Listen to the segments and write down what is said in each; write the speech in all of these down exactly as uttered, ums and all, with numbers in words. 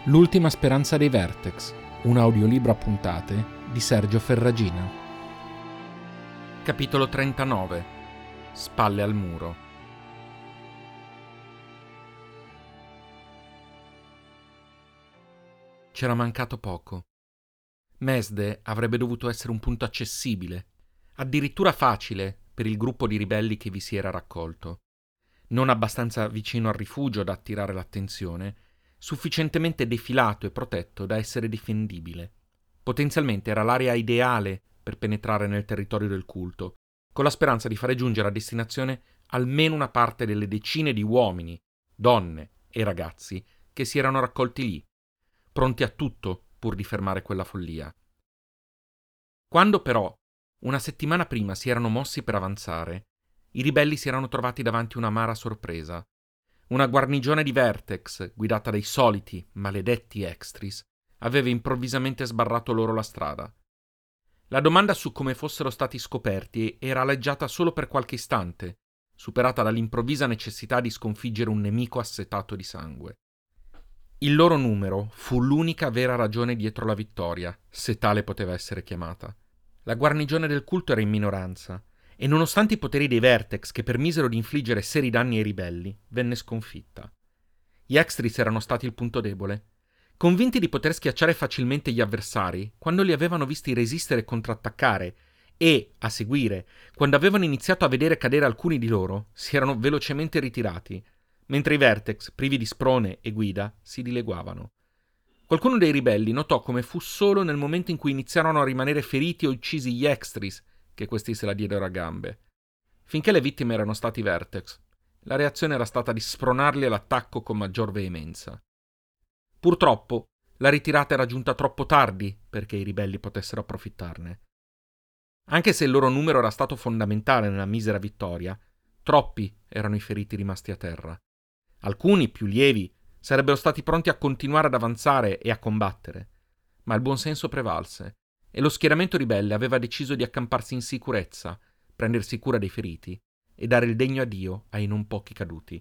L'ultima speranza dei Vertex, un audiolibro a puntate di Sergio Ferragina. Capitolo trentanove. Spalle al muro. C'era mancato poco. Mesde avrebbe dovuto essere un punto accessibile, addirittura facile per il gruppo di ribelli che vi si era raccolto. Non abbastanza vicino al rifugio da attirare l'attenzione, sufficientemente defilato e protetto da essere difendibile. Potenzialmente era l'area ideale per penetrare nel territorio del culto, con la speranza di fare giungere a destinazione almeno una parte delle decine di uomini, donne e ragazzi che si erano raccolti lì, pronti a tutto pur di fermare quella follia. Quando però, una settimana prima, si erano mossi per avanzare, i ribelli si erano trovati davanti una amara sorpresa. Una guarnigione di Vertex, guidata dai soliti maledetti Extris, aveva improvvisamente sbarrato loro la strada. La domanda su come fossero stati scoperti era aleggiata solo per qualche istante, superata dall'improvvisa necessità di sconfiggere un nemico assetato di sangue. Il loro numero fu l'unica vera ragione dietro la vittoria, se tale poteva essere chiamata. La guarnigione del culto era in minoranza, e nonostante i poteri dei Vertex che permisero di infliggere seri danni ai ribelli, venne sconfitta. Gli Extris erano stati il punto debole. Convinti di poter schiacciare facilmente gli avversari, quando li avevano visti resistere e contrattaccare, e, a seguire, quando avevano iniziato a vedere cadere alcuni di loro, si erano velocemente ritirati, mentre i Vertex, privi di sprone e guida, si dileguavano. Qualcuno dei ribelli notò come fu solo nel momento in cui iniziarono a rimanere feriti o uccisi gli Extris che questi se la diedero a gambe. Finché le vittime erano stati Vertex, la reazione era stata di spronarli all'attacco con maggior veemenza. Purtroppo, la ritirata era giunta troppo tardi perché i ribelli potessero approfittarne. Anche se il loro numero era stato fondamentale nella misera vittoria, troppi erano i feriti rimasti a terra. Alcuni, più lievi, sarebbero stati pronti a continuare ad avanzare e a combattere, ma il buonsenso prevalse e lo schieramento ribelle aveva deciso di accamparsi in sicurezza, prendersi cura dei feriti e dare il degno addio ai non pochi caduti.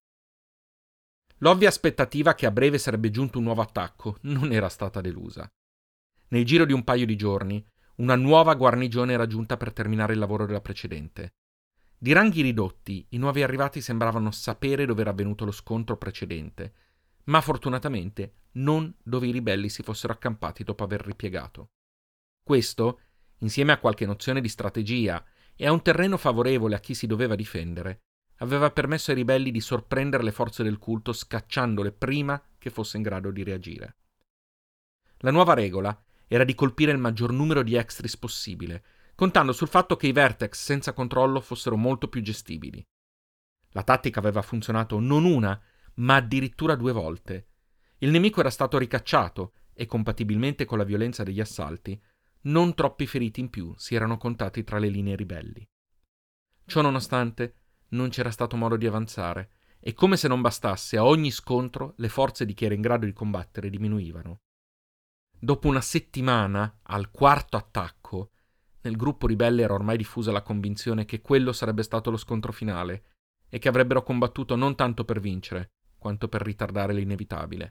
L'ovvia aspettativa che a breve sarebbe giunto un nuovo attacco non era stata delusa. Nel giro di un paio di giorni, una nuova guarnigione era giunta per terminare il lavoro della precedente. Di ranghi ridotti, i nuovi arrivati sembravano sapere dove era avvenuto lo scontro precedente, ma fortunatamente non dove i ribelli si fossero accampati dopo aver ripiegato. Questo, insieme a qualche nozione di strategia e a un terreno favorevole a chi si doveva difendere, aveva permesso ai ribelli di sorprendere le forze del culto scacciandole prima che fosse in grado di reagire. La nuova regola era di colpire il maggior numero di Extris possibile, contando sul fatto che i Vertex senza controllo fossero molto più gestibili. La tattica aveva funzionato non una, ma addirittura due volte. Il nemico era stato ricacciato e, compatibilmente con la violenza degli assalti, non troppi feriti in più si erano contati tra le linee ribelli. Ciò nonostante, non c'era stato modo di avanzare, e come se non bastasse, a ogni scontro le forze di chi era in grado di combattere diminuivano. Dopo una settimana, al quarto attacco, nel gruppo ribelle era ormai diffusa la convinzione che quello sarebbe stato lo scontro finale e che avrebbero combattuto non tanto per vincere, quanto per ritardare l'inevitabile.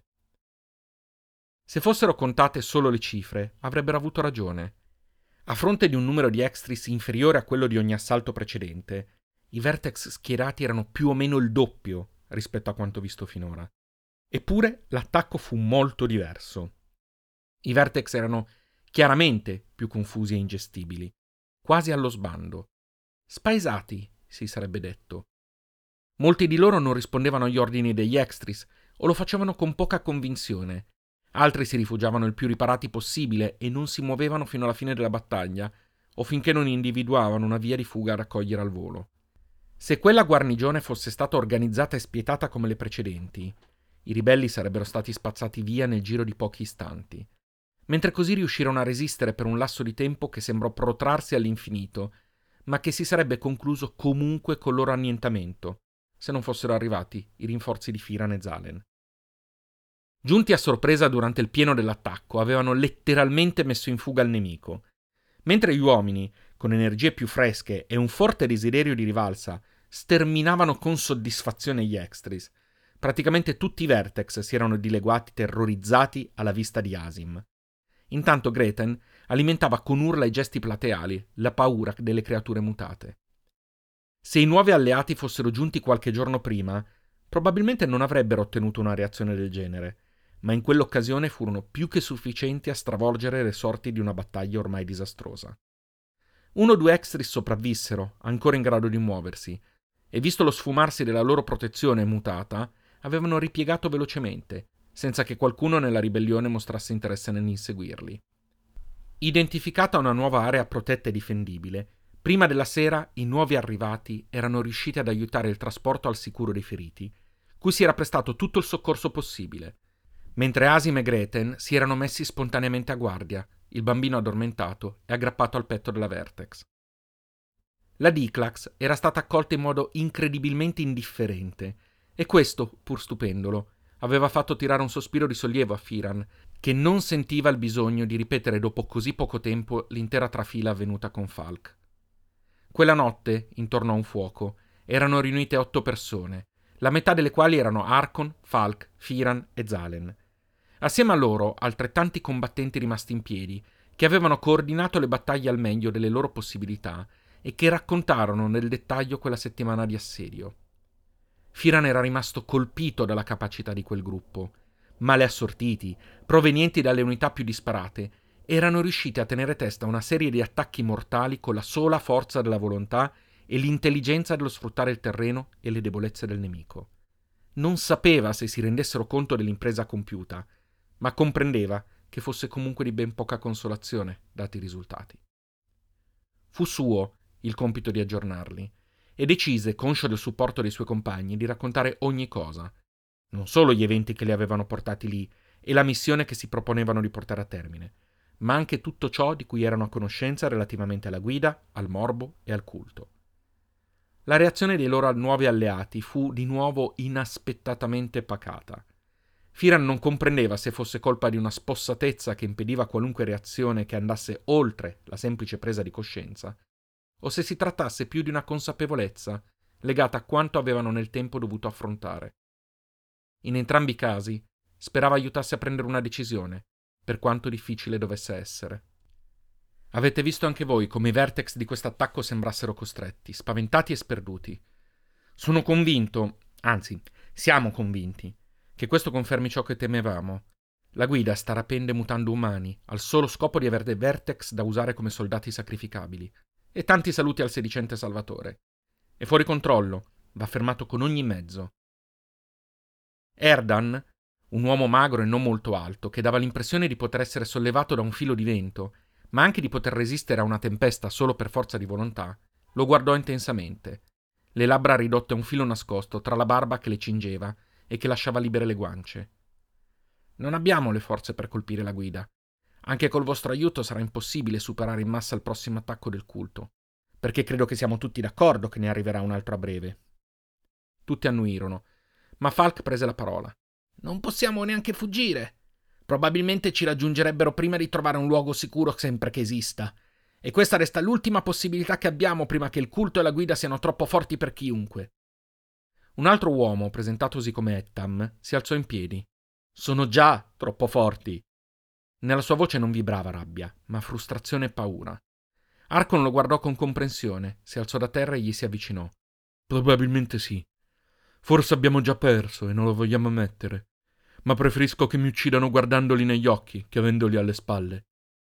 Se fossero contate solo le cifre, avrebbero avuto ragione. A fronte di un numero di Extris inferiore a quello di ogni assalto precedente, i Vertex schierati erano più o meno il doppio rispetto a quanto visto finora. Eppure l'attacco fu molto diverso. I Vertex erano chiaramente più confusi e ingestibili, quasi allo sbando. Spaesati, si sarebbe detto. Molti di loro non rispondevano agli ordini degli Extris o lo facevano con poca convinzione. Altri si rifugiavano il più riparati possibile e non si muovevano fino alla fine della battaglia o finché non individuavano una via di fuga a raccogliere al volo. Se quella guarnigione fosse stata organizzata e spietata come le precedenti, i ribelli sarebbero stati spazzati via nel giro di pochi istanti, mentre così riuscirono a resistere per un lasso di tempo che sembrò protrarsi all'infinito, ma che si sarebbe concluso comunque col loro annientamento, se non fossero arrivati i rinforzi di Firan e Zalen. Giunti a sorpresa durante il pieno dell'attacco, avevano letteralmente messo in fuga il nemico. Mentre gli uomini, con energie più fresche e un forte desiderio di rivalsa, sterminavano con soddisfazione gli Extris, Praticamente tutti i Vertex si erano dileguati terrorizzati alla vista di Asim. Intanto Greten alimentava con urla e gesti plateali la paura delle creature mutate. Se i nuovi alleati fossero giunti qualche giorno prima, probabilmente non avrebbero ottenuto una reazione del genere, ma in quell'occasione furono più che sufficienti a stravolgere le sorti di una battaglia ormai disastrosa. Uno o due Extris sopravvissero, ancora in grado di muoversi, e visto lo sfumarsi della loro protezione mutata, avevano ripiegato velocemente, senza che qualcuno nella ribellione mostrasse interesse nell'inseguirli. Identificata una nuova area protetta e difendibile, prima della sera i nuovi arrivati erano riusciti ad aiutare il trasporto al sicuro dei feriti, cui si era prestato tutto il soccorso possibile, mentre Asim e Greten si erano messi spontaneamente a guardia, il bambino addormentato e aggrappato al petto della Vertex. La Diclax era stata accolta in modo incredibilmente indifferente, e questo, pur stupendolo, aveva fatto tirare un sospiro di sollievo a Firan, che non sentiva il bisogno di ripetere dopo così poco tempo l'intera trafila avvenuta con Falk. Quella notte, intorno a un fuoco, erano riunite otto persone, la metà delle quali erano Arkon, Falk, Firan e Zalen. Assieme a loro altrettanti combattenti rimasti in piedi, che avevano coordinato le battaglie al meglio delle loro possibilità e che raccontarono nel dettaglio quella settimana di assedio. Firan era rimasto colpito dalla capacità di quel gruppo. Male assortiti, provenienti dalle unità più disparate, erano riusciti a tenere testa a una serie di attacchi mortali con la sola forza della volontà e l'intelligenza dello sfruttare il terreno e le debolezze del nemico. Non sapeva se si rendessero conto dell'impresa compiuta, ma comprendeva che fosse comunque di ben poca consolazione, dati i risultati. Fu suo il compito di aggiornarli, e decise, conscio del supporto dei suoi compagni, di raccontare ogni cosa, non solo gli eventi che li avevano portati lì e la missione che si proponevano di portare a termine, ma anche tutto ciò di cui erano a conoscenza relativamente alla guida, al morbo e al culto. La reazione dei loro nuovi alleati fu di nuovo inaspettatamente pacata. Firan non comprendeva se fosse colpa di una spossatezza che impediva qualunque reazione che andasse oltre la semplice presa di coscienza, o se si trattasse più di una consapevolezza legata a quanto avevano nel tempo dovuto affrontare. In entrambi i casi sperava aiutasse a prendere una decisione, per quanto difficile dovesse essere. Avete visto anche voi come i Vertex di quest'attacco sembrassero costretti, spaventati e sperduti. Sono convinto, anzi, siamo convinti, che questo confermi ciò che temevamo. La guida sta rapendo e mutando umani, al solo scopo di avere dei Vertex da usare come soldati sacrificabili. E tanti saluti al sedicente Salvatore. È fuori controllo, va fermato con ogni mezzo. Erdan, un uomo magro e non molto alto, che dava l'impressione di poter essere sollevato da un filo di vento, ma anche di poter resistere a una tempesta solo per forza di volontà, lo guardò intensamente, le labbra ridotte a un filo nascosto tra la barba che le cingeva e che lasciava libere le guance. Non abbiamo le forze per colpire la guida. Anche col vostro aiuto sarà impossibile superare in massa il prossimo attacco del culto, perché credo che siamo tutti d'accordo che ne arriverà un altro a breve. Tutti annuirono, ma Falk prese la parola. Non possiamo neanche fuggire. Probabilmente ci raggiungerebbero prima di trovare un luogo sicuro sempre che esista. E questa resta l'ultima possibilità che abbiamo prima che il culto e la guida siano troppo forti per chiunque. Un altro uomo, presentatosi come Ettam, si alzò in piedi. Sono già troppo forti. Nella sua voce non vibrava rabbia, ma frustrazione e paura. Arkon lo guardò con comprensione, si alzò da terra e gli si avvicinò. Probabilmente sì. Forse abbiamo già perso e non lo vogliamo ammettere. Ma preferisco che mi uccidano guardandoli negli occhi che avendoli alle spalle.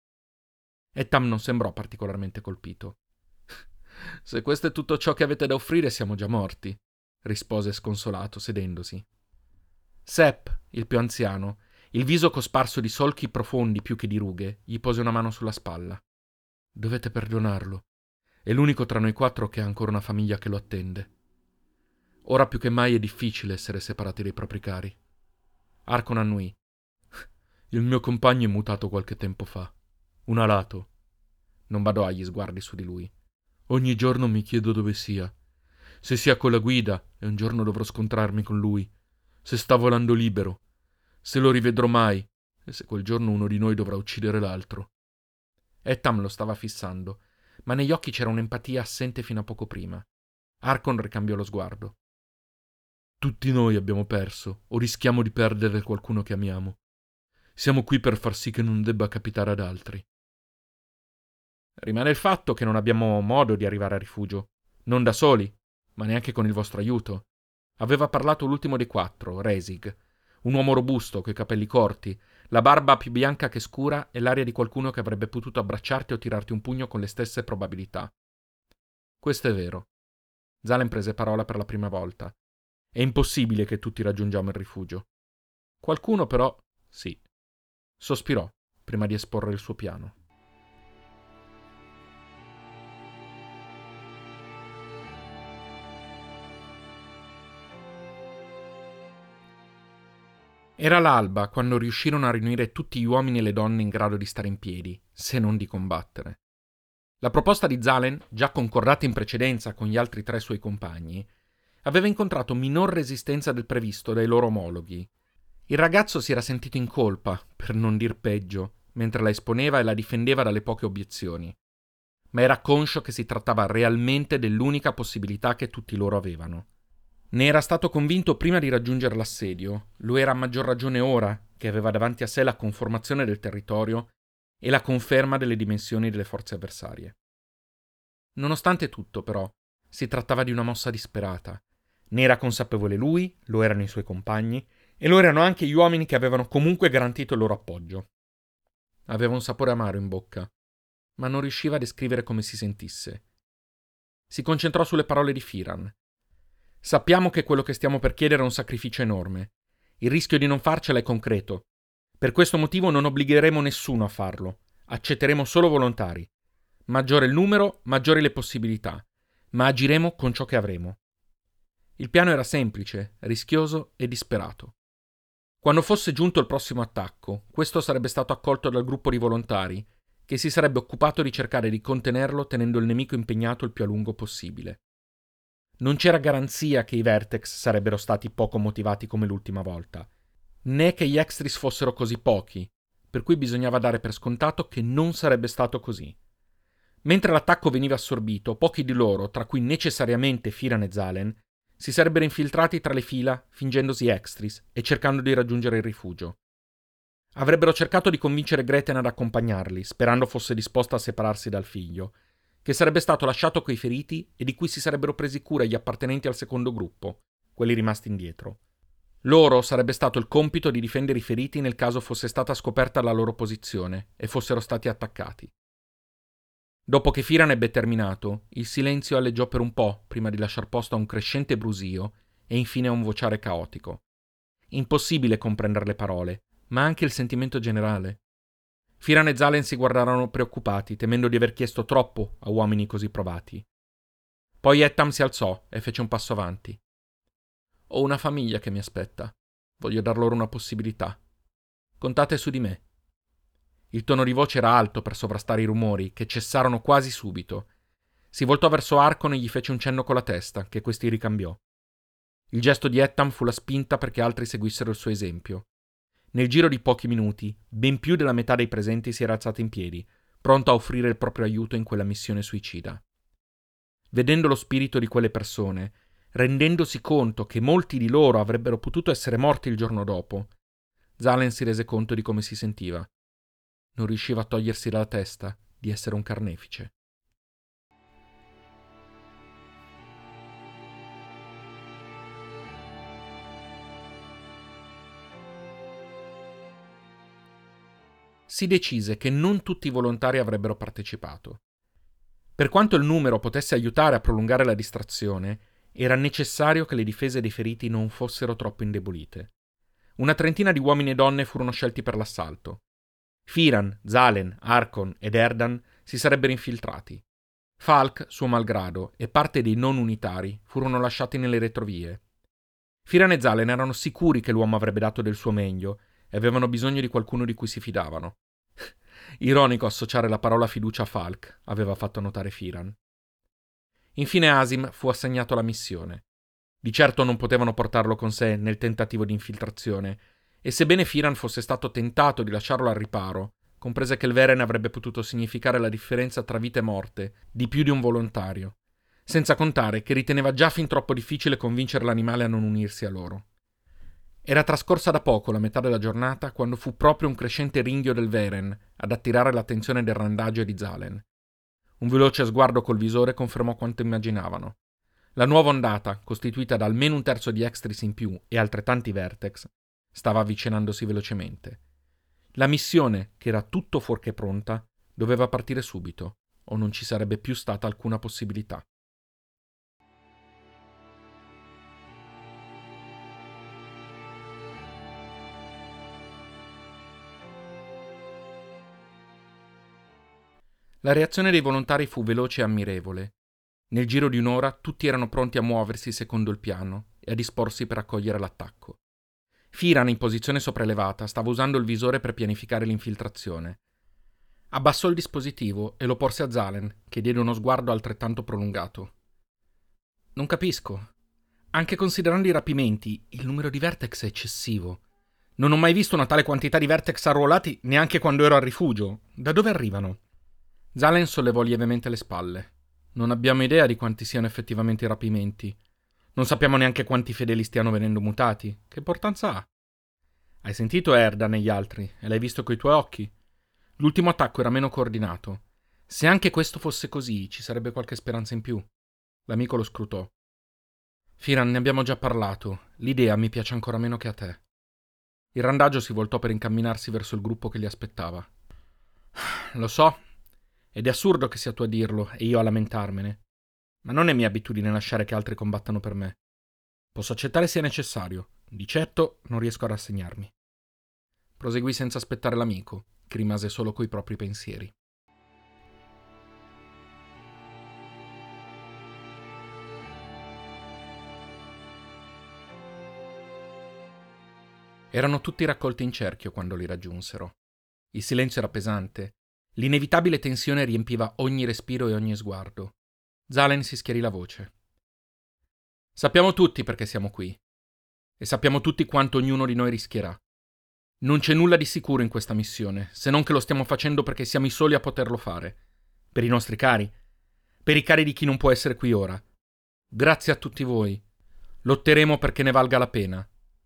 Ettam non sembrò particolarmente colpito. Se questo è tutto ciò che avete da offrire, siamo già morti, rispose sconsolato, sedendosi. Sepp, il più anziano, il viso cosparso di solchi profondi più che di rughe, gli pose una mano sulla spalla. Dovete perdonarlo. È l'unico tra noi quattro che ha ancora una famiglia che lo attende. Ora più che mai è difficile essere separati dai propri cari. Arkon annui. Il mio compagno è mutato qualche tempo fa. Un alato. Non badò agli sguardi su di lui. Ogni giorno mi chiedo dove sia. Se sia con la guida e un giorno dovrò scontrarmi con lui. Se sta volando libero. Se lo rivedrò mai. E se quel giorno uno di noi dovrà uccidere l'altro. Ettam lo stava fissando, ma negli occhi c'era un'empatia assente fino a poco prima. Arkon ricambiò lo sguardo. Tutti noi abbiamo perso o rischiamo di perdere qualcuno che amiamo. Siamo qui per far sì che non debba capitare ad altri. Rimane il fatto che non abbiamo modo di arrivare a rifugio, non da soli, ma neanche con il vostro aiuto. Aveva parlato l'ultimo dei quattro, Resig, un uomo robusto, coi capelli corti, la barba più bianca che scura e l'aria di qualcuno che avrebbe potuto abbracciarti o tirarti un pugno con le stesse probabilità. Questo è vero. Zalen prese parola per la prima volta. È impossibile che tutti raggiungiamo il rifugio. Qualcuno però, sì. Sospirò prima di esporre il suo piano. Era l'alba quando riuscirono a riunire tutti gli uomini e le donne in grado di stare in piedi, se non di combattere. La proposta di Zalen, già concordata in precedenza con gli altri tre suoi compagni, aveva incontrato minor resistenza del previsto dai loro omologhi. Il ragazzo si era sentito in colpa, per non dir peggio, mentre la esponeva e la difendeva dalle poche obiezioni. Ma era conscio che si trattava realmente dell'unica possibilità che tutti loro avevano. Ne era stato convinto prima di raggiungere l'assedio, lo era a maggior ragione ora che aveva davanti a sé la conformazione del territorio e la conferma delle dimensioni delle forze avversarie. Nonostante tutto, però, si trattava di una mossa disperata. Ne era consapevole lui, lo erano i suoi compagni, e lo erano anche gli uomini che avevano comunque garantito il loro appoggio. Aveva un sapore amaro in bocca, ma non riusciva a descrivere come si sentisse. Si concentrò sulle parole di Firan. Sappiamo che quello che stiamo per chiedere è un sacrificio enorme. Il rischio di non farcela è concreto. Per questo motivo non obbligheremo nessuno a farlo. Accetteremo solo volontari. Maggiore il numero, maggiori le possibilità, ma agiremo con ciò che avremo. Il piano era semplice, rischioso e disperato. Quando fosse giunto il prossimo attacco, questo sarebbe stato accolto dal gruppo di volontari, che si sarebbe occupato di cercare di contenerlo tenendo il nemico impegnato il più a lungo possibile. Non c'era garanzia che i Vertex sarebbero stati poco motivati come l'ultima volta, né che gli Extris fossero così pochi, per cui bisognava dare per scontato che non sarebbe stato così. Mentre l'attacco veniva assorbito, pochi di loro, tra cui necessariamente Firan e Zalen, si sarebbero infiltrati tra le fila, fingendosi Extris e cercando di raggiungere il rifugio. Avrebbero cercato di convincere Greten ad accompagnarli, sperando fosse disposta a separarsi dal figlio, che sarebbe stato lasciato coi feriti e di cui si sarebbero presi cura gli appartenenti al secondo gruppo, quelli rimasti indietro. Loro sarebbe stato il compito di difendere i feriti nel caso fosse stata scoperta la loro posizione e fossero stati attaccati. Dopo che Firan ebbe terminato, il silenzio alleggiò per un po' prima di lasciar posto a un crescente brusio e infine a un vociare caotico. Impossibile comprendere le parole, ma anche il sentimento generale. Firan e Zalen si guardarono preoccupati, temendo di aver chiesto troppo a uomini così provati. Poi Ettam si alzò e fece un passo avanti. Ho una famiglia che mi aspetta. Voglio dar loro una possibilità. Contate su di me. Il tono di voce era alto per sovrastare i rumori, che cessarono quasi subito. Si voltò verso Arcon e gli fece un cenno con la testa, che questi ricambiò. Il gesto di Ettam fu la spinta perché altri seguissero il suo esempio. Nel giro di pochi minuti, ben più della metà dei presenti si era alzata in piedi, pronta a offrire il proprio aiuto in quella missione suicida. Vedendo lo spirito di quelle persone, rendendosi conto che molti di loro avrebbero potuto essere morti il giorno dopo, Zalen si rese conto di come si sentiva. Non riusciva a togliersi dalla testa di essere un carnefice. Si decise che non tutti i volontari avrebbero partecipato. Per quanto il numero potesse aiutare a prolungare la distrazione, era necessario che le difese dei feriti non fossero troppo indebolite. Una trentina di uomini e donne furono scelti per l'assalto. Firan, Zalen, Arcon ed Erdan si sarebbero infiltrati. Falk, suo malgrado, e parte dei non unitari furono lasciati nelle retrovie. Firan e Zalen erano sicuri che l'uomo avrebbe dato del suo meglio e avevano bisogno di qualcuno di cui si fidavano. Ironico associare la parola fiducia a Falk, aveva fatto notare Firan. Infine Asim fu assegnato alla missione. Di certo non potevano portarlo con sé nel tentativo di infiltrazione, e sebbene Firan fosse stato tentato di lasciarlo al riparo, comprese che il Veren avrebbe potuto significare la differenza tra vita e morte di più di un volontario. senza contare che riteneva già fin troppo difficile convincere l'animale a non unirsi a loro. Era trascorsa da poco la metà della giornata quando fu proprio un crescente ringhio del Veren ad attirare l'attenzione del randagio e di Zalen. Un veloce sguardo col visore confermò quanto immaginavano. La nuova ondata, costituita da almeno un terzo di Extris in più e altrettanti Vertex, stava avvicinandosi velocemente. La missione, che era tutto fuorché pronta, doveva partire subito, o non ci sarebbe più stata alcuna possibilità. La reazione dei volontari fu veloce e ammirevole. Nel giro di un'ora tutti erano pronti a muoversi secondo il piano e a disporsi per accogliere l'attacco. Firan, in posizione sopraelevata, stava usando il visore per pianificare l'infiltrazione. Abbassò il dispositivo e lo porse a Zalen, che diede uno sguardo altrettanto prolungato. Non capisco. Anche considerando i rapimenti, il numero di Vertex è eccessivo. Non ho mai visto una tale quantità di Vertex arruolati neanche quando ero al rifugio. Da dove arrivano? Zalen sollevò lievemente le spalle. Non abbiamo idea di quanti siano effettivamente i rapimenti. Non sappiamo neanche quanti fedeli stiano venendo mutati. Che importanza ha? Hai sentito Erdan e gli altri, e l'hai visto coi tuoi occhi. L'ultimo attacco era meno coordinato. Se anche questo fosse così, ci sarebbe qualche speranza in più. L'amico lo scrutò. Firan, ne abbiamo già parlato. L'idea mi piace ancora meno che a te. Il randagio si voltò per incamminarsi verso il gruppo che li aspettava. Lo so, ed è assurdo che sia tu a dirlo e io a lamentarmene. Ma non è mia abitudine lasciare che altri combattano per me. Posso accettare sia necessario. Di certo non riesco a rassegnarmi. Proseguì senza aspettare l'amico, che rimase solo coi propri pensieri. Erano tutti raccolti in cerchio quando li raggiunsero. Il silenzio era pesante. L'inevitabile tensione riempiva ogni respiro e ogni sguardo. Zalen si schiarì la voce. Sappiamo tutti perché siamo qui. E sappiamo tutti quanto ognuno di noi rischierà. Non c'è nulla di sicuro in questa missione, se non che lo stiamo facendo perché siamo i soli a poterlo fare. Per i nostri cari. Per i cari di chi non può essere qui ora. Grazie a tutti voi. Lotteremo perché ne valga la pena.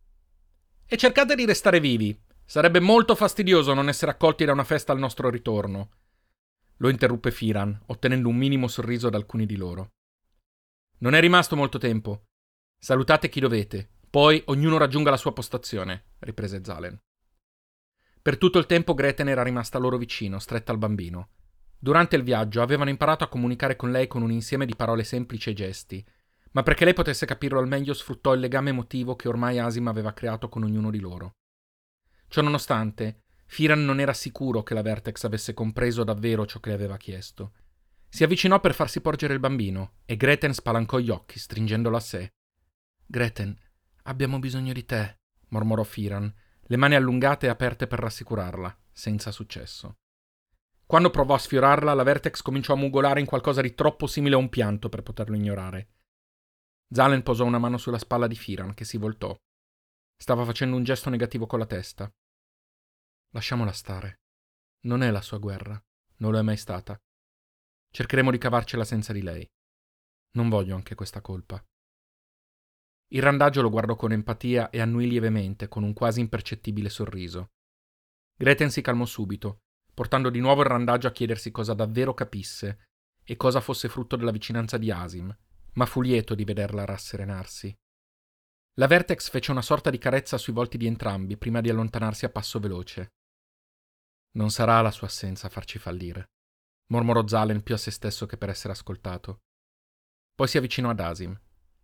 E cercate di restare vivi. Sarebbe molto fastidioso non essere accolti da una festa al nostro ritorno. Lo interruppe Firan, ottenendo un minimo sorriso da alcuni di loro. Non è rimasto molto tempo. Salutate chi dovete. Poi ognuno raggiunga la sua postazione, riprese Zalen. Per tutto il tempo Greten era rimasta loro vicino, stretta al bambino. Durante il viaggio avevano imparato a comunicare con lei con un insieme di parole semplici e gesti, ma perché lei potesse capirlo al meglio sfruttò il legame emotivo che ormai Asim aveva creato con ognuno di loro. Ciononostante, Firan non era sicuro che la Vertex avesse compreso davvero ciò che le aveva chiesto. Si avvicinò per farsi porgere il bambino e Greten spalancò gli occhi, stringendolo a sé. Greten, abbiamo bisogno di te, mormorò Firan, le mani allungate e aperte per rassicurarla, senza successo. Quando provò a sfiorarla, la Vertex cominciò a mugolare in qualcosa di troppo simile a un pianto per poterlo ignorare. Zalen posò una mano sulla spalla di Firan, che si voltò. Stava facendo un gesto negativo con la testa. Lasciamola stare. Non è la sua guerra, non lo è mai stata. Cercheremo di cavarcela senza di lei. Non voglio anche questa colpa. Il randagio lo guardò con empatia e annuì lievemente, con un quasi impercettibile sorriso. Greten si calmò subito, portando di nuovo il randagio a chiedersi cosa davvero capisse e cosa fosse frutto della vicinanza di Asim, ma fu lieto di vederla rasserenarsi. La Vertex fece una sorta di carezza sui volti di entrambi prima di allontanarsi a passo veloce. Non sarà la sua assenza a farci fallire, mormorò Zalen più a se stesso che per essere ascoltato. Poi si avvicinò ad Asim.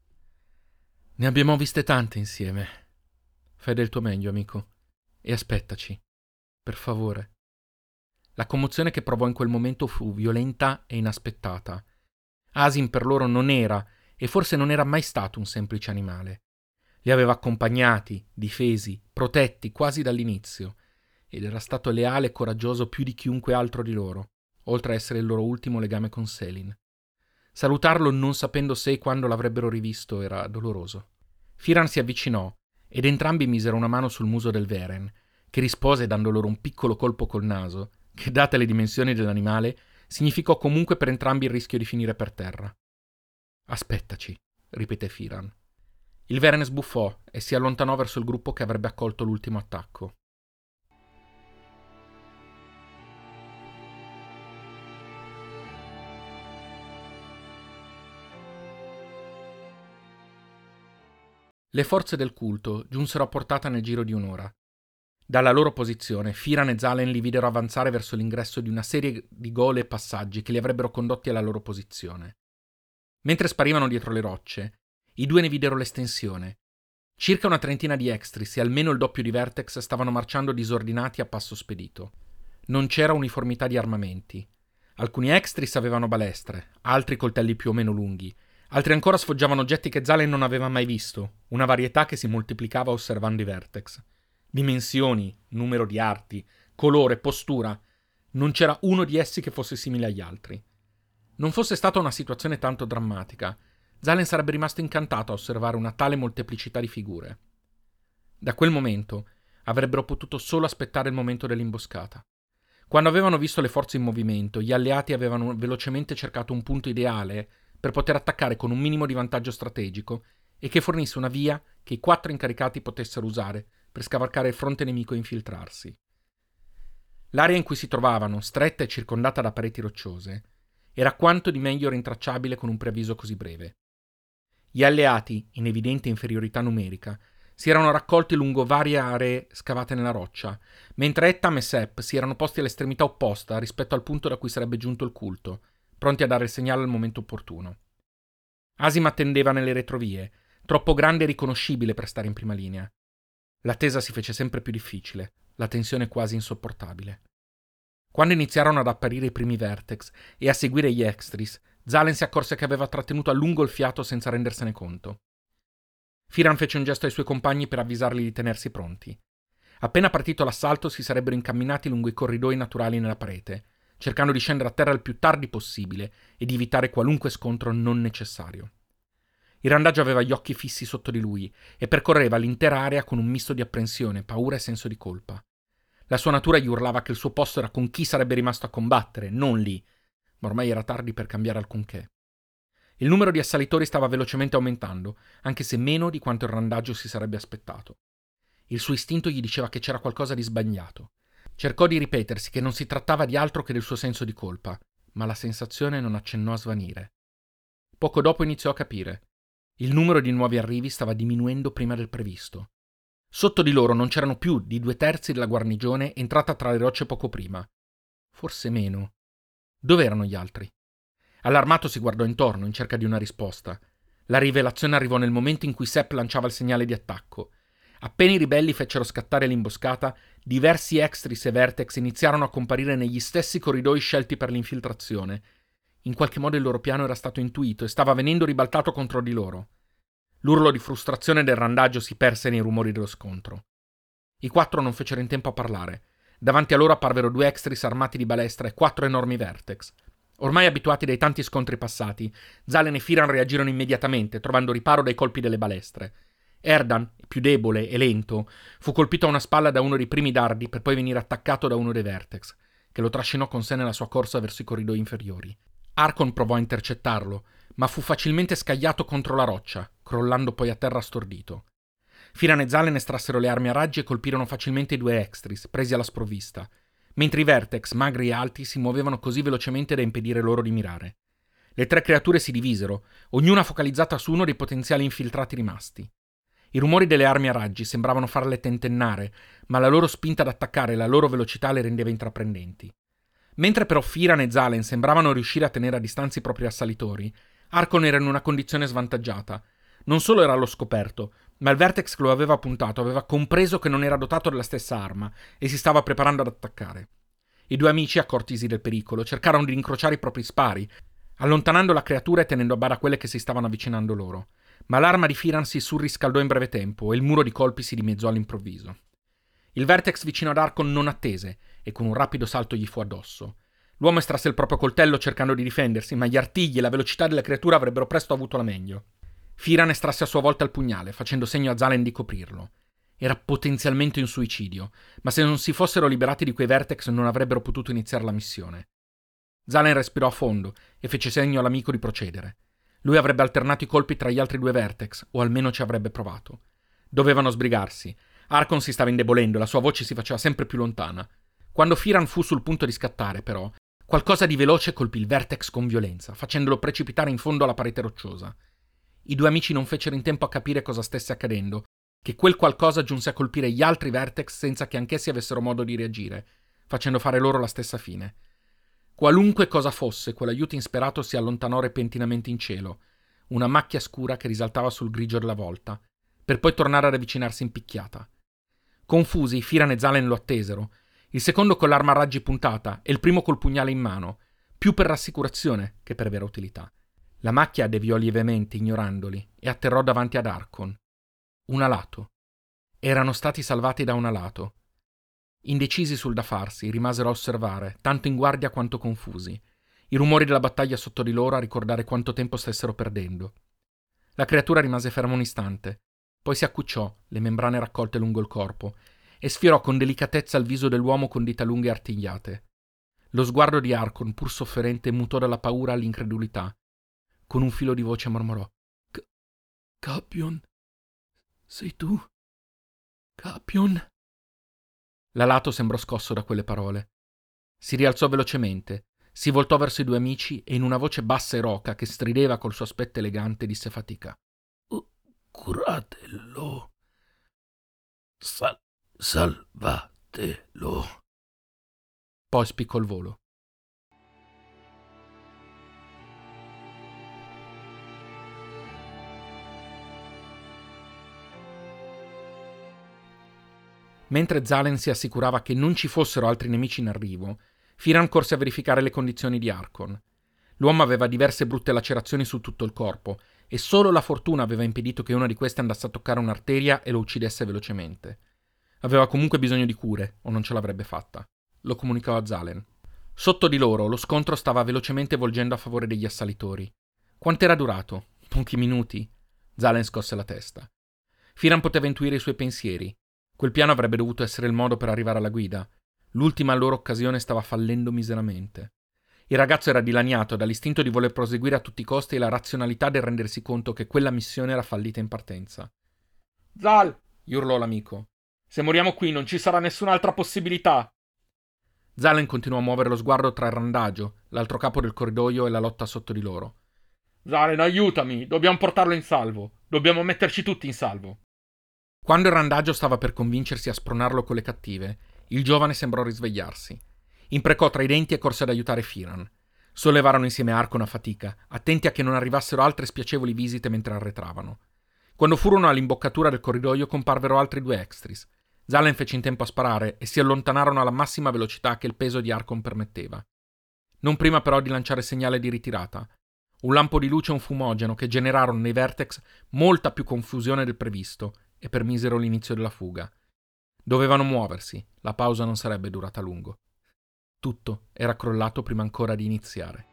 Ne abbiamo viste tante insieme. Fai del tuo meglio, amico, e aspettaci, per favore. La commozione che provò in quel momento fu violenta e inaspettata. Asim per loro non era, e forse non era mai stato un semplice animale. Li aveva accompagnati, difesi, protetti quasi dall'inizio, ed era stato leale e coraggioso più di chiunque altro di loro, oltre a essere il loro ultimo legame con Selin. Salutarlo non sapendo se e quando l'avrebbero rivisto era doloroso. Firan si avvicinò ed entrambi misero una mano sul muso del Veren, che rispose dando loro un piccolo colpo col naso, che date le dimensioni dell'animale significò comunque per entrambi il rischio di finire per terra. Aspettaci, ripeté Firan. Il Veren sbuffò e si allontanò verso il gruppo che avrebbe accolto l'ultimo attacco. Le forze del culto giunsero a portata nel giro di un'ora. Dalla loro posizione, Firan e Zalen li videro avanzare verso l'ingresso di una serie di gole e passaggi che li avrebbero condotti alla loro posizione. Mentre sparivano dietro le rocce, i due ne videro l'estensione. Circa una trentina di Extris e almeno il doppio di Vertex stavano marciando disordinati a passo spedito. Non c'era uniformità di armamenti. Alcuni Extris avevano balestre, altri coltelli più o meno lunghi, altri ancora sfoggiavano oggetti che Zalen non aveva mai visto, una varietà che si moltiplicava osservando i Vertex. Dimensioni, numero di arti, colore, postura. Non c'era uno di essi che fosse simile agli altri. Non fosse stata una situazione tanto drammatica, Zalen sarebbe rimasto incantato a osservare una tale molteplicità di figure. Da quel momento avrebbero potuto solo aspettare il momento dell'imboscata. Quando avevano visto le forze in movimento, gli alleati avevano velocemente cercato un punto ideale per poter attaccare con un minimo di vantaggio strategico e che fornisse una via che i quattro incaricati potessero usare per scavalcare il fronte nemico e infiltrarsi. L'area in cui si trovavano, stretta e circondata da pareti rocciose, era quanto di meglio rintracciabile con un preavviso così breve. Gli alleati, in evidente inferiorità numerica, si erano raccolti lungo varie aree scavate nella roccia, mentre Ettam e Sepp si erano posti all'estremità opposta rispetto al punto da cui sarebbe giunto il culto, pronti a dare il segnale al momento opportuno. Asim attendeva nelle retrovie, troppo grande e riconoscibile per stare in prima linea. L'attesa si fece sempre più difficile, la tensione quasi insopportabile. Quando iniziarono ad apparire i primi Vertex e a seguire gli Extris, Zalen si accorse che aveva trattenuto a lungo il fiato senza rendersene conto. Firan fece un gesto ai suoi compagni per avvisarli di tenersi pronti. Appena partito l'assalto si sarebbero incamminati lungo i corridoi naturali nella parete, cercando di scendere a terra il più tardi possibile e di evitare qualunque scontro non necessario. Il randaggio aveva gli occhi fissi sotto di lui e percorreva l'intera area con un misto di apprensione, paura e senso di colpa. La sua natura gli urlava che il suo posto era con chi sarebbe rimasto a combattere, non lì, ma ormai era tardi per cambiare alcunché. Il numero di assalitori stava velocemente aumentando, anche se meno di quanto il randaggio si sarebbe aspettato. Il suo istinto gli diceva che c'era qualcosa di sbagliato. Cercò di ripetersi che non si trattava di altro che del suo senso di colpa, ma la sensazione non accennò a svanire. Poco dopo iniziò a capire. Il numero di nuovi arrivi stava diminuendo prima del previsto. Sotto di loro non c'erano più di due terzi della guarnigione entrata tra le rocce poco prima. Forse meno. Dove erano gli altri? Allarmato si guardò intorno in cerca di una risposta. La rivelazione arrivò nel momento in cui Sepp lanciava il segnale di attacco. Appena i ribelli fecero scattare l'imboscata, diversi Extris e Vertex iniziarono a comparire negli stessi corridoi scelti per l'infiltrazione. In qualche modo il loro piano era stato intuito e stava venendo ribaltato contro di loro. L'urlo di frustrazione del randaggio si perse nei rumori dello scontro. I quattro non fecero in tempo a parlare. Davanti a loro apparvero due Extris armati di balestra e quattro enormi Vertex. Ormai abituati dai tanti scontri passati, Zalen e Firan reagirono immediatamente, trovando riparo dai colpi delle balestre. Erdan, più debole e lento, fu colpito a una spalla da uno dei primi dardi per poi venire attaccato da uno dei Vertex, che lo trascinò con sé nella sua corsa verso i corridoi inferiori. Arkon provò a intercettarlo, ma fu facilmente scagliato contro la roccia, crollando poi a terra stordito. Firan e Zalen estrassero le armi a raggi e colpirono facilmente i due Extris, presi alla sprovvista, mentre i Vertex, magri e alti, si muovevano così velocemente da impedire loro di mirare. Le tre creature si divisero, ognuna focalizzata su uno dei potenziali infiltrati rimasti. I rumori delle armi a raggi sembravano farle tentennare, ma la loro spinta ad attaccare e la loro velocità le rendeva intraprendenti. Mentre però Firan e Zalen sembravano riuscire a tenere a distanza i propri assalitori, Arkon era in una condizione svantaggiata. Non solo era allo scoperto, ma il Vertex che lo aveva puntato aveva compreso che non era dotato della stessa arma e si stava preparando ad attaccare. I due amici, accortisi del pericolo, cercarono di incrociare i propri spari, allontanando la creatura e tenendo a bada quelle che si stavano avvicinando loro. Ma l'arma di Firan si surriscaldò in breve tempo e il muro di colpi si dimezzò all'improvviso. Il Vertex vicino ad Arkon non attese e con un rapido salto gli fu addosso. L'uomo estrasse il proprio coltello cercando di difendersi, ma gli artigli e la velocità della creatura avrebbero presto avuto la meglio. Firan estrasse a sua volta il pugnale, facendo segno a Zalen di coprirlo. Era potenzialmente un suicidio, ma se non si fossero liberati di quei Vertex non avrebbero potuto iniziare la missione. Zalen respirò a fondo e fece segno all'amico di procedere. Lui avrebbe alternato i colpi tra gli altri due Vertex, o almeno ci avrebbe provato. Dovevano sbrigarsi. Archon si stava indebolendo e la sua voce si faceva sempre più lontana. Quando Firan fu sul punto di scattare, però, qualcosa di veloce colpì il Vertex con violenza, facendolo precipitare in fondo alla parete rocciosa. I due amici non fecero in tempo a capire cosa stesse accadendo, che quel qualcosa giunse a colpire gli altri Vertex senza che anch'essi avessero modo di reagire, facendo fare loro la stessa fine. Qualunque cosa fosse, quell'aiuto insperato si allontanò repentinamente in cielo, una macchia scura che risaltava sul grigio della volta, per poi tornare ad avvicinarsi in picchiata. Confusi, Firan e Zalen lo attesero, il secondo con l'arma a raggi puntata e il primo col pugnale in mano, più per rassicurazione che per vera utilità. La macchia deviò lievemente, ignorandoli, e atterrò davanti ad Archon. Un alato. Erano stati salvati da un alato. Indecisi sul da farsi, rimasero a osservare, tanto in guardia quanto confusi, i rumori della battaglia sotto di loro a ricordare quanto tempo stessero perdendo. La creatura rimase ferma un istante, poi si accucciò, le membrane raccolte lungo il corpo, e sfiorò con delicatezza il viso dell'uomo con dita lunghe e artigliate. Lo sguardo di Archon, pur sofferente, mutò dalla paura all'incredulità. Con un filo di voce mormorò: C- Capion, sei tu? Capion? L'alato sembrò scosso da quelle parole. Si rialzò velocemente, si voltò verso i due amici e in una voce bassa e roca che strideva col suo aspetto elegante disse a fatica: oh, curatelo. Sal- salvatelo. Poi spiccò il volo. Mentre Zalen si assicurava che non ci fossero altri nemici in arrivo, Firan corse a verificare le condizioni di Archon. L'uomo aveva diverse brutte lacerazioni su tutto il corpo e solo la fortuna aveva impedito che una di queste andasse a toccare un'arteria e lo uccidesse velocemente. Aveva comunque bisogno di cure, o non ce l'avrebbe fatta. Lo comunicò a Zalen. Sotto di loro lo scontro stava velocemente volgendo a favore degli assalitori. Quant'era durato? Pochi minuti? Zalen scosse la testa. Firan poteva intuire i suoi pensieri. Quel piano avrebbe dovuto essere il modo per arrivare alla guida. L'ultima loro occasione stava fallendo miseramente. Il ragazzo era dilaniato dall'istinto di voler proseguire a tutti i costi e la razionalità del rendersi conto che quella missione era fallita in partenza. «Zal!» gli urlò l'amico. «Se moriamo qui non ci sarà nessun'altra possibilità!» Zalen continuò a muovere lo sguardo tra il randagio, l'altro capo del corridoio e la lotta sotto di loro. «Zalen, aiutami! Dobbiamo portarlo in salvo! Dobbiamo metterci tutti in salvo!» Quando il randagio stava per convincersi a spronarlo con le cattive, il giovane sembrò risvegliarsi. Imprecò tra i denti e corse ad aiutare Firan. Sollevarono insieme Archon a fatica, attenti a che non arrivassero altre spiacevoli visite mentre arretravano. Quando furono all'imboccatura del corridoio comparvero altri due extris. Zalen fece in tempo a sparare e si allontanarono alla massima velocità che il peso di Archon permetteva. Non prima però di lanciare segnale di ritirata. Un lampo di luce e un fumogeno che generarono nei Vertex molta più confusione del previsto e permisero l'inizio della fuga. Dovevano muoversi, la pausa non sarebbe durata a lungo. Tutto era crollato prima ancora di iniziare.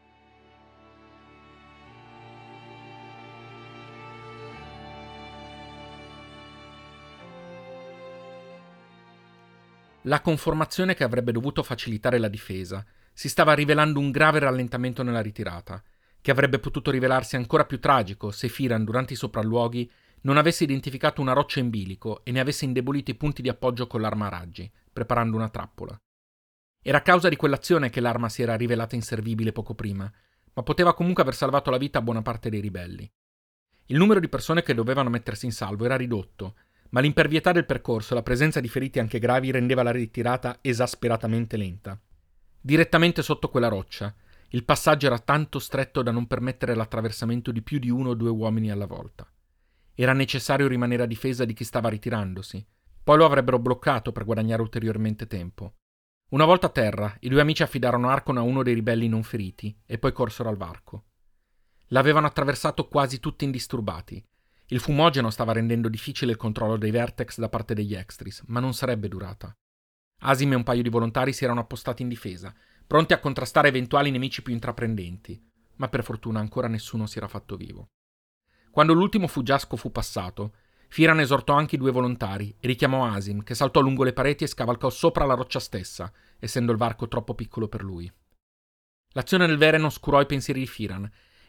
La conformazione che avrebbe dovuto facilitare la difesa si stava rivelando un grave rallentamento nella ritirata, che avrebbe potuto rivelarsi ancora più tragico se Firan, durante i sopralluoghi, non avesse identificato una roccia in bilico e ne avesse indebolito i punti di appoggio con l'arma a raggi, preparando una trappola. Era a causa di quell'azione che l'arma si era rivelata inservibile poco prima, ma poteva comunque aver salvato la vita a buona parte dei ribelli. Il numero di persone che dovevano mettersi in salvo era ridotto, ma l'impervietà del percorso e la presenza di feriti anche gravi rendeva la ritirata esasperatamente lenta. Direttamente sotto quella roccia, il passaggio era tanto stretto da non permettere l'attraversamento di più di uno o due uomini alla volta. Era necessario rimanere a difesa di chi stava ritirandosi. Poi lo avrebbero bloccato per guadagnare ulteriormente tempo. Una volta a terra, i due amici affidarono Archon a uno dei ribelli non feriti e poi corsero al varco. L'avevano attraversato quasi tutti indisturbati. Il fumogeno stava rendendo difficile il controllo dei Vertex da parte degli Extris, ma non sarebbe durata. Asim e un paio di volontari si erano appostati in difesa, pronti a contrastare eventuali nemici più intraprendenti, ma per fortuna ancora nessuno si era fatto vivo. Quando l'ultimo fuggiasco fu passato, Firan esortò anche i due volontari e richiamò Asim, che saltò lungo le pareti e scavalcò sopra la roccia stessa, essendo il varco troppo piccolo per lui. L'azione del Veren oscurò i pensieri di Firan,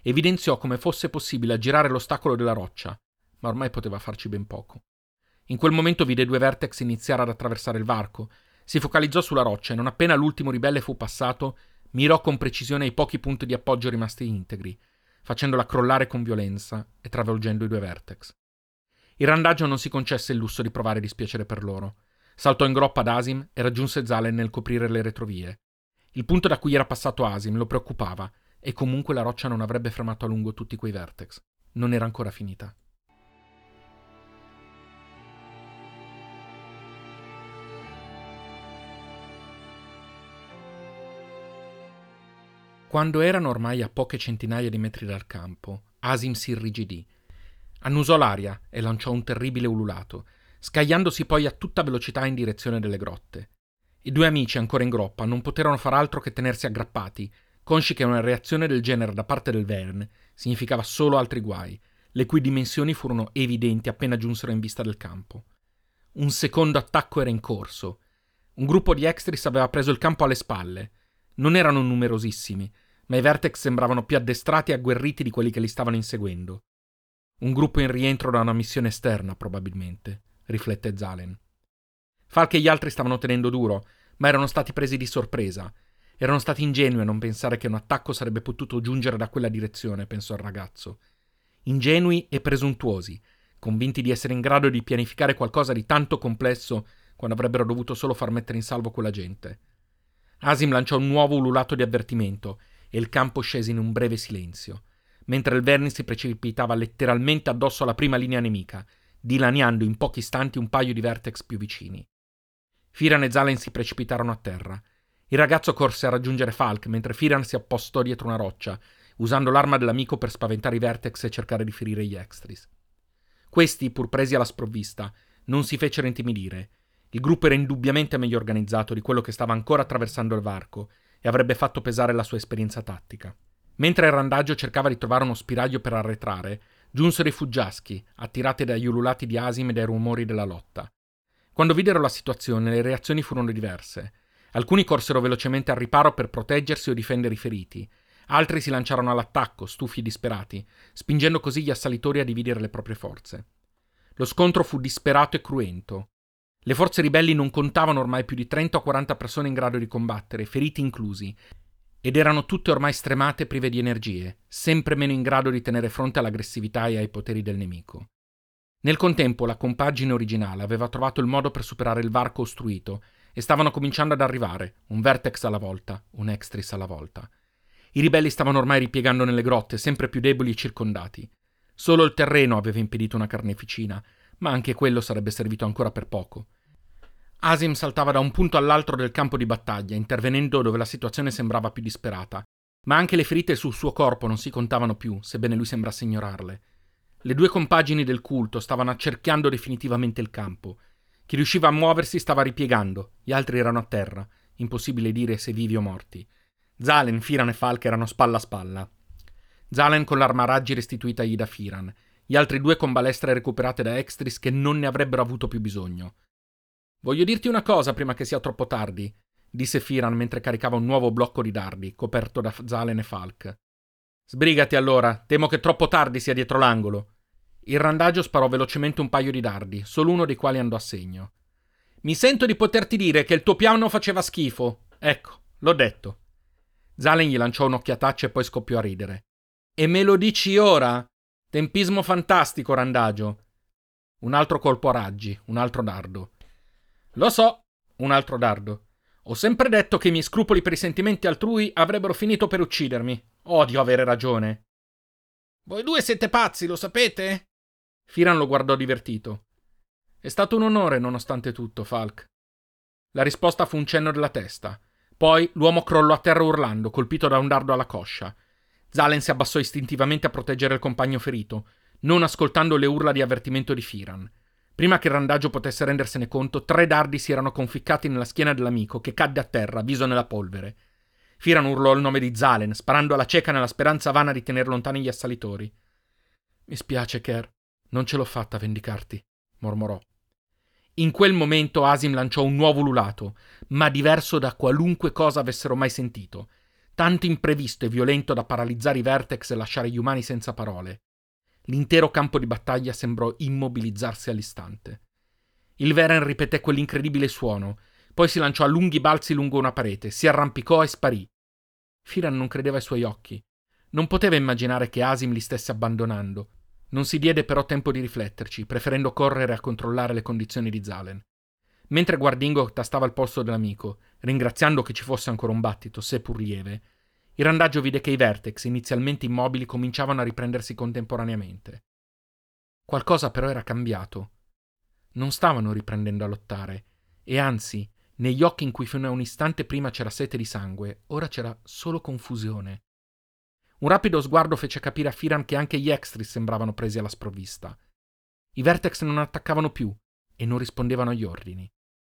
evidenziò come fosse possibile aggirare l'ostacolo della roccia, ma ormai poteva farci ben poco. In quel momento vide due Vertex iniziare ad attraversare il varco, si focalizzò sulla roccia e non appena l'ultimo ribelle fu passato, mirò con precisione ai pochi punti di appoggio rimasti integri, facendola crollare con violenza e travolgendo i due Vertex. Il randaggio non si concesse il lusso di provare dispiacere per loro. Saltò in groppa ad Asim e raggiunse Zalen nel coprire le retrovie. Il punto da cui era passato Asim lo preoccupava e comunque la roccia non avrebbe fermato a lungo tutti quei Vertex. Non era ancora finita. Quando erano ormai a poche centinaia di metri dal campo, Asim si irrigidì. Annusò l'aria e lanciò un terribile ululato, scagliandosi poi a tutta velocità in direzione delle grotte. I due amici, ancora in groppa, non poterono far altro che tenersi aggrappati, consci che una reazione del genere da parte del Verne significava solo altri guai, le cui dimensioni furono evidenti appena giunsero in vista del campo. Un secondo attacco era in corso. Un gruppo di Extris aveva preso il campo alle spalle. Non erano numerosissimi, ma i Vertex sembravano più addestrati e agguerriti di quelli che li stavano inseguendo. Un gruppo in rientro da una missione esterna, probabilmente, riflette Zalen. Falk e gli altri stavano tenendo duro, ma erano stati presi di sorpresa. Erano stati ingenui a non pensare che un attacco sarebbe potuto giungere da quella direzione, pensò il ragazzo. Ingenui e presuntuosi, convinti di essere in grado di pianificare qualcosa di tanto complesso quando avrebbero dovuto solo far mettere in salvo quella gente. Asim lanciò un nuovo ululato di avvertimento e il campo scese in un breve silenzio, mentre il Verne si precipitava letteralmente addosso alla prima linea nemica, dilaniando in pochi istanti un paio di Vertex più vicini. Firan e Zalen si precipitarono a terra. Il ragazzo corse a raggiungere Falk, mentre Firan si appostò dietro una roccia, usando l'arma dell'amico per spaventare i Vertex e cercare di ferire gli Extris. Questi, pur presi alla sprovvista, non si fecero intimidire. Il gruppo era indubbiamente meglio organizzato di quello che stava ancora attraversando il varco e avrebbe fatto pesare la sua esperienza tattica. Mentre il randaggio cercava di trovare uno spiraglio per arretrare, giunsero i fuggiaschi, attirati dagli ululati di Asim e dai rumori della lotta. Quando videro la situazione, le reazioni furono diverse. Alcuni corsero velocemente al riparo per proteggersi o difendere i feriti. Altri si lanciarono all'attacco, stufi e disperati, spingendo così gli assalitori a dividere le proprie forze. Lo scontro fu disperato e cruento. Le forze ribelli non contavano ormai più di trenta o quaranta persone in grado di combattere, feriti inclusi, ed erano tutte ormai stremate e prive di energie, sempre meno in grado di tenere fronte all'aggressività e ai poteri del nemico. Nel contempo la compagine originale aveva trovato il modo per superare il varco ostruito e stavano cominciando ad arrivare, un Vertex alla volta, un Extris alla volta. I ribelli stavano ormai ripiegando nelle grotte, sempre più deboli e circondati. Solo il terreno aveva impedito una carneficina, ma anche quello sarebbe servito ancora per poco. Asim saltava da un punto all'altro del campo di battaglia, intervenendo dove la situazione sembrava più disperata, ma anche le ferite sul suo corpo non si contavano più, sebbene lui sembrasse ignorarle. Le due compagini del culto stavano accerchiando definitivamente il campo. Chi riusciva a muoversi stava ripiegando, gli altri erano a terra, impossibile dire se vivi o morti. Zalen, Firan e Falk erano spalla a spalla. Zalen con l'arma a raggi restituitagli da Firan, gli altri due con balestre recuperate da Extris che non ne avrebbero avuto più bisogno. «Voglio dirti una cosa prima che sia troppo tardi», disse Firan mentre caricava un nuovo blocco di dardi, coperto da Zalen e Falk. «Sbrigati allora, temo che troppo tardi sia dietro l'angolo». Il randaggio sparò velocemente un paio di dardi, solo uno dei quali andò a segno. «Mi sento di poterti dire che il tuo piano faceva schifo. Ecco, l'ho detto». Zalen gli lanciò un'occhiataccia e poi scoppiò a ridere. «E me lo dici ora? Tempismo fantastico, randagio». Un altro colpo a raggi, un altro dardo. «Lo so», un altro dardo. «Ho sempre detto che i miei scrupoli per i sentimenti altrui avrebbero finito per uccidermi. Odio avere ragione». «Voi due siete pazzi, lo sapete?» Firan lo guardò divertito. «È stato un onore, nonostante tutto, Falk». La risposta fu un cenno della testa. Poi l'uomo crollò a terra urlando, colpito da un dardo alla coscia. Zalen si abbassò istintivamente a proteggere il compagno ferito, non ascoltando le urla di avvertimento di Firan. Prima che il randaggio potesse rendersene conto, tre dardi si erano conficcati nella schiena dell'amico, che cadde a terra, viso nella polvere. Firan urlò il nome di Zalen, sparando alla cieca nella speranza vana di tenere lontani gli assalitori. «Mi spiace, Ker, non ce l'ho fatta a vendicarti», mormorò. In quel momento Asim lanciò un nuovo ululato, ma diverso da qualunque cosa avessero mai sentito. tanto imprevisto e violento da paralizzare i Vertex e lasciare gli umani senza parole. L'intero campo di battaglia sembrò immobilizzarsi all'istante. Il Veren ripeté quell'incredibile suono, poi si lanciò a lunghi balzi lungo una parete, si arrampicò e sparì. Firan non credeva ai suoi occhi. Non poteva immaginare che Asim li stesse abbandonando. Non si diede però tempo di rifletterci, preferendo correre a controllare le condizioni di Zalen. Mentre Guardingo tastava il polso dell'amico, ringraziando che ci fosse ancora un battito, seppur lieve, il randaggio vide che i Vertex, inizialmente immobili, cominciavano a riprendersi contemporaneamente. Qualcosa però era cambiato. Non stavano riprendendo a lottare, e anzi, negli occhi in cui fino a un istante prima c'era sete di sangue, ora c'era solo confusione. Un rapido sguardo fece capire a Firan che anche gli Extris sembravano presi alla sprovvista. I Vertex non attaccavano più e non rispondevano agli ordini.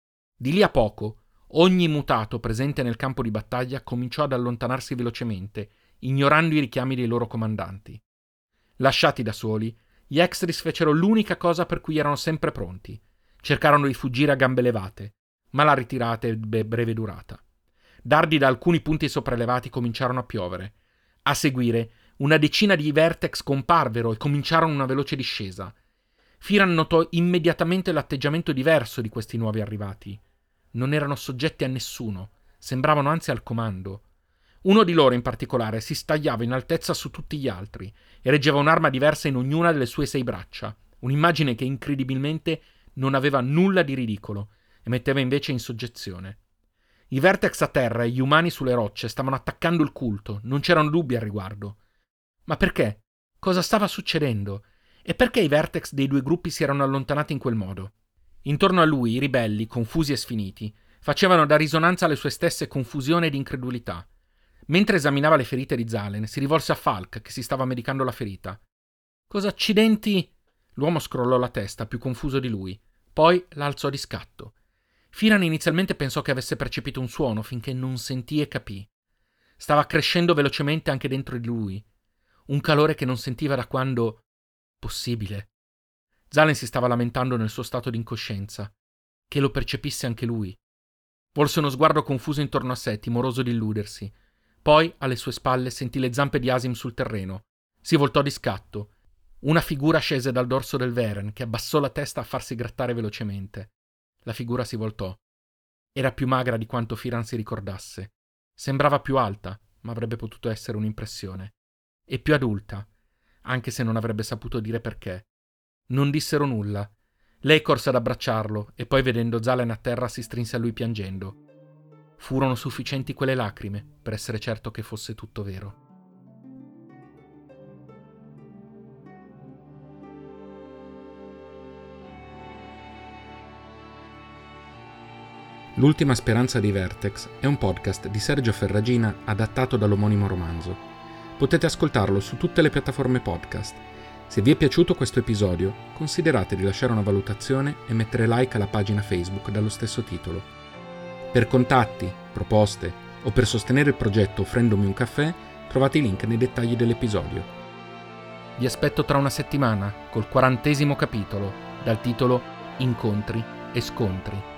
Di lì a poco, ogni mutato presente nel campo di battaglia cominciò ad allontanarsi velocemente, ignorando i richiami dei loro comandanti. Lasciati da soli, gli Extris fecero l'unica cosa per cui erano sempre pronti. Cercarono di fuggire a gambe levate, ma la ritirata ebbe breve durata. Dardi da alcuni punti sopraelevati cominciarono a piovere. A seguire, una decina di Vertex comparvero e cominciarono una veloce discesa. Firan notò immediatamente l'atteggiamento diverso di questi nuovi arrivati. Non erano soggetti a nessuno, sembravano anzi al comando. Uno di loro in particolare si stagliava in altezza su tutti gli altri e reggeva un'arma diversa in ognuna delle sue sei braccia, un'immagine che incredibilmente non aveva nulla di ridicolo e metteva invece in soggezione. I Vertex a terra e gli umani sulle rocce stavano attaccando il culto, non c'erano dubbi al riguardo. Ma perché? Cosa stava succedendo? E perché i Vertex dei due gruppi si erano allontanati in quel modo? Intorno a lui i ribelli, confusi e sfiniti, facevano da risonanza alle sue stesse confusione ed incredulità. Mentre esaminava le ferite di Zalen, si rivolse a Falk, che si stava medicando la ferita. «Cosa accidenti?» L'uomo scrollò la testa, più confuso di lui. Poi la alzò di scatto. Firan inizialmente pensò che avesse percepito un suono, finché non sentì e capì. Stava crescendo velocemente anche dentro di lui. Un calore che non sentiva da quando... Possibile. Zalen si stava lamentando nel suo stato di incoscienza. Che lo percepisse anche lui. Volse uno sguardo confuso intorno a sé, timoroso di illudersi. Poi, alle sue spalle, sentì le zampe di Asim sul terreno. Si voltò di scatto. Una figura scese dal dorso del Veren, che abbassò la testa a farsi grattare velocemente. La figura si voltò. Era più magra di quanto Firan si ricordasse. Sembrava più alta, ma avrebbe potuto essere un'impressione. E più adulta, anche se non avrebbe saputo dire perché. Non dissero nulla. Lei corse ad abbracciarlo e poi, vedendo Zalen a terra, si strinse a lui piangendo. Furono sufficienti quelle lacrime per essere certo che fosse tutto vero. L'ultima speranza dei Vertex è un podcast di Sergio Ferragina adattato dall'omonimo romanzo. Potete ascoltarlo su tutte le piattaforme podcast. Se vi è piaciuto questo episodio, considerate di lasciare una valutazione e mettere like alla pagina Facebook dallo stesso titolo. Per contatti, proposte o per sostenere il progetto offrendomi un caffè, trovate i link nei dettagli dell'episodio. Vi aspetto tra una settimana col quarantesimo capitolo, dal titolo Incontri e scontri.